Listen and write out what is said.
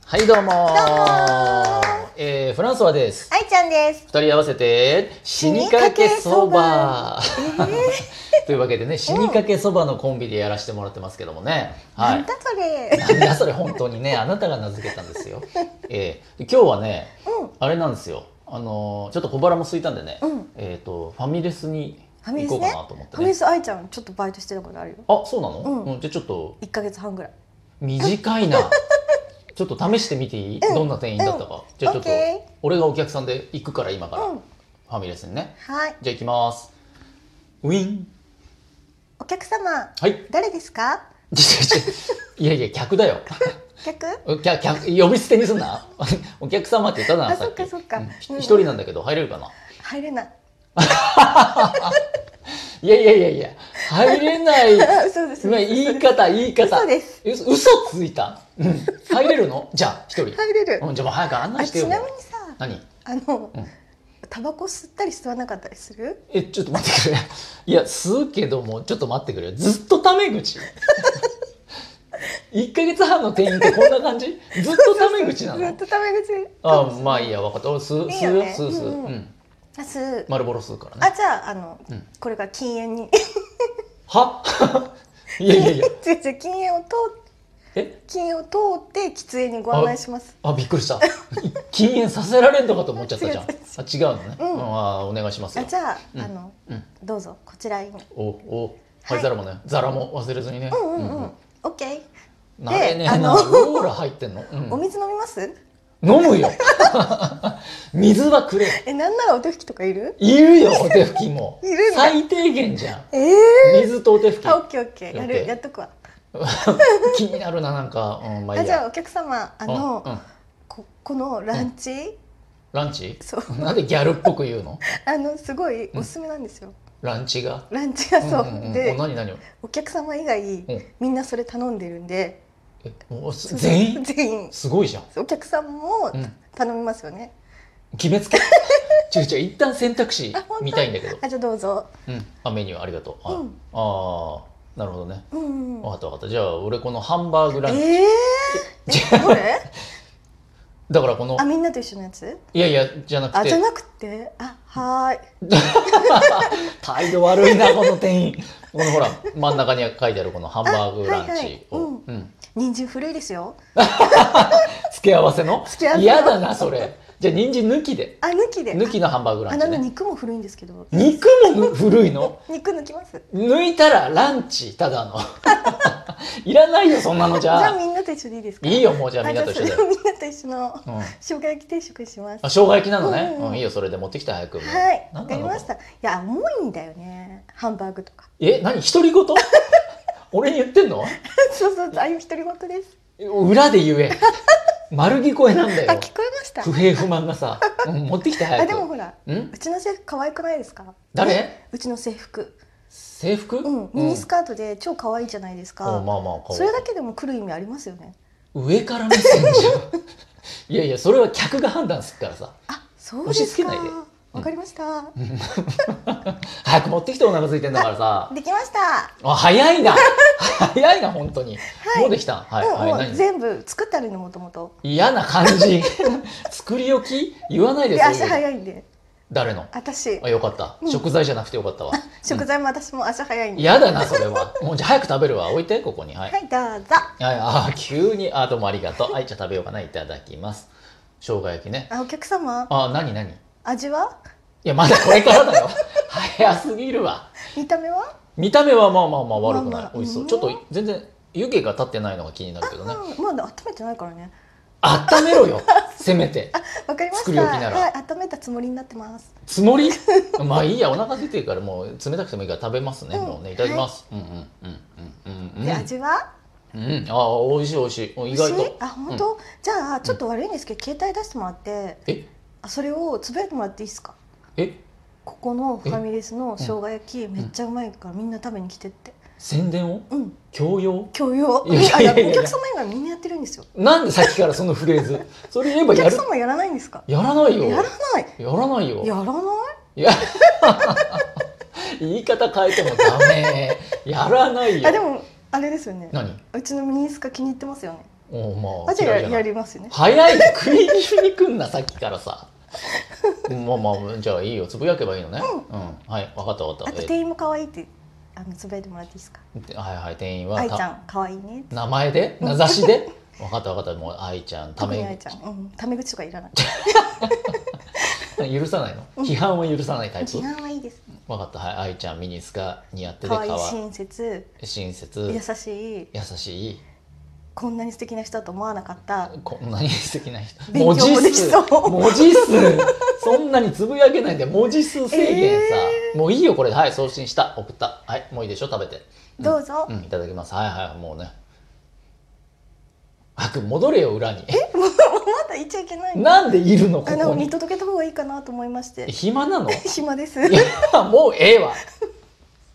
はいどうもどうもフランソワです。 愛ちゃんです。 二人合わせて死にかけそばというわけでね、死にかけそばのコンビでやらせてもらってますけどもね。はなんだそれ。 なんだそれ、本当にね、あなたが名付けたんですよ。今日はね、あれなんですよ。ちょっと小腹も空いたんでね、ファミレスに行こうかなと思ってね。 ファミレス愛ちゃんちょっとバイトしてたことあるよ。 あ、そうなの？じゃあちょっと 1ヶ月半ぐらい。 短いな。ちょっと試してみていい？どんな店員だったか。じゃあちょっと俺がお客さんで行くから、今からファミレスにね。 はい。 じゃあ行きます。ウィン。 お客様。 はい。 誰ですか？ いやいや、客だよ。客呼び捨てにすんな。お客様って言ったな、 あ、 さっき。 そっか。 一人なんだけど入れるかな。 入れない。 いや入れない。 そうです。 言い方。 嘘です。 嘘ついた。入れるの？じゃあ一人。 入れる。 じゃあもう早く案内してよ。 ちなみにさ。 何？ タバコ吸ったり吸わなかったりする？ ちょっと待ってくれ。いや、吸うけども、ちょっと待ってくれ。ずっとタメ口。1ヶ月半の店員ってこんな感じ？ずっとタメ口なの？ ずっとタメ口。 あ、まあいいや、分かった。吸う。丸ボロ吸うからね。 あ、じゃあこれが禁煙に。 は？いや。 違う禁煙を通って喫煙にご案内します。 あ、びっくりした。禁煙させられんのかと思っちゃったじゃん。違うのね。お願いしますよ。 じゃあどうぞこちらに。 灰皿もね、皿も忘れずにね。 オッケー。 なれねえな。ローラ入ってんの？ お水飲みます？ 飲むよ。水はくれ。 なんならお手拭きとかいる？ いるよ、お手拭きも。 いるんだ。 最低限じゃん。水とお手拭き。 オッケー。やっとくわ。 気になるな、なんか。 じゃあお客様このランチ。 ランチ？ そう。 なんでギャルっぽく言うの？ すごいおすすめなんですよ。 ランチがそうで、 何？ お客様以外みんなそれ頼んでるんで。 全員すごいじゃん。 お客さんも頼みますよね。 決めつけ。一旦選択肢見たいんだけど。 じゃあどうぞ。 メニューありがとう。なるほどね。分かった。じゃあ俺このハンバーグランチ。 どれ？ だからこの。 みんなと一緒のやつ？ いやじゃなくて。 じゃなくて、はーい。 態度悪いなこの店員。このほら真ん中に書いてあるこのハンバーグランチを。 人参古いですよ。 付け合わせの？嫌だなそれ。じゃあ人参抜きで。抜きのハンバーグランチね。 肉も古いんですけど。 肉も古いの？ 肉抜きます。 抜いたらランチただの。いらないよそんなのじゃあ。 じゃあみんなと一緒でいいですか？ いいよ、もうじゃあみんなと一緒で。 みんなと一緒の生姜焼き定食します。 生姜焼きなのね。いいよ、それで持ってきて早く。 はい、わかりました。いや重いんだよね、ハンバーグとか。 何独り言？俺に言ってんの？ そう、ああいう独り言です。 裏で言え。丸聞こえなんだよ。 聞こえました。 不平不満がさ、持ってきて早く。 でもほら、うちの制服可愛くないですか？ 誰？ うちの制服。 制服？ ミニスカートで超可愛いじゃないですか。それだけでも来る意味ありますよね。 上から目線じゃん。いやそれは客が判断するからさ。 そうですか。 押し付けないで。 わかりました。 早く持ってきて、お腹空いてんだからさ。 できました。 早いな本当に。もうできた。 全部作ってあるの、もともと。 嫌な感じ。作り置き言わないで。 足早いんで。 誰の？ 私。 よかった。食材じゃなくてよかったわ。 食材も私も足早いんで。 嫌だなそれは。もうじゃあ早く食べるわ。置いてここに。はい、 どうぞ。 急に。どうもありがとう。じゃあ食べようかな。いただきます。生姜焼きね。 お客様。 何？ 味は？ いやまだこれからだよ。早すぎるわ。 見た目は？ 見た目はまあ悪くない。美味しそう。ちょっと全然湯気が立ってないのが気になるけどね。 まだ温めてないからね。 温めろよ。せめて。 わかりました。 作り置きなら。 はい、温めたつもりになってます。 つもり？まあいいや、お腹空いてるからもう冷たくてもいいから食べますね。もうね、いただきます。 で味は？ 美味しい。意外と。 本当？じゃあちょっと悪いんですけど携帯出してもらって。それをつぶやいてもらっていいですか？ここのファミレスの生姜焼きめっちゃうまいからみんな食べに来てって。 宣伝を？強要？お客様以外みんなやってるんですよ。 なんでさっきからそのフレーズ？それ言えばやる。 お客様やらないんですか？ やらないよ。 やらないよ。 言い方変えてもダメ。やらないよ。 でもあれですよね。 何？ うちのミニスカ気に入ってますよね。 あ、じゃあやりますよね。 早い、食い気味に来んな、さっきからさ。まあまあ、じゃあいいよ、つぶやけばいいのね。はい、分かった分かった。 あと店員も可愛いってつぶやいてもらっていいですか。 はいはい、店員は愛ちゃん可愛いね。 名前で名指しで。分かった分かった、もう愛ちゃん、 タメ口とかいらない。 許さないの？批判は許さないタイプ？ 批判はいいです。 分かった、はい、愛ちゃんミニスカ似合ってて可愛い、親切、優しい、こんなに素敵な人だと思わなかった。 こんなに素敵な人。 勉強もできそう。 文字数そんなにつぶやけないで、文字数制限さ。もういいよこれ。はい、送信した、送った。はい、もういいでしょ、食べて。 どうぞ。 いただきます。はいはい、もうね。戻れよ裏に。 まだいちゃいけない。 なんでいるのここに。 見届けた方がいいかなと思いまして。 暇なの？ 暇です。 いやもうええわ。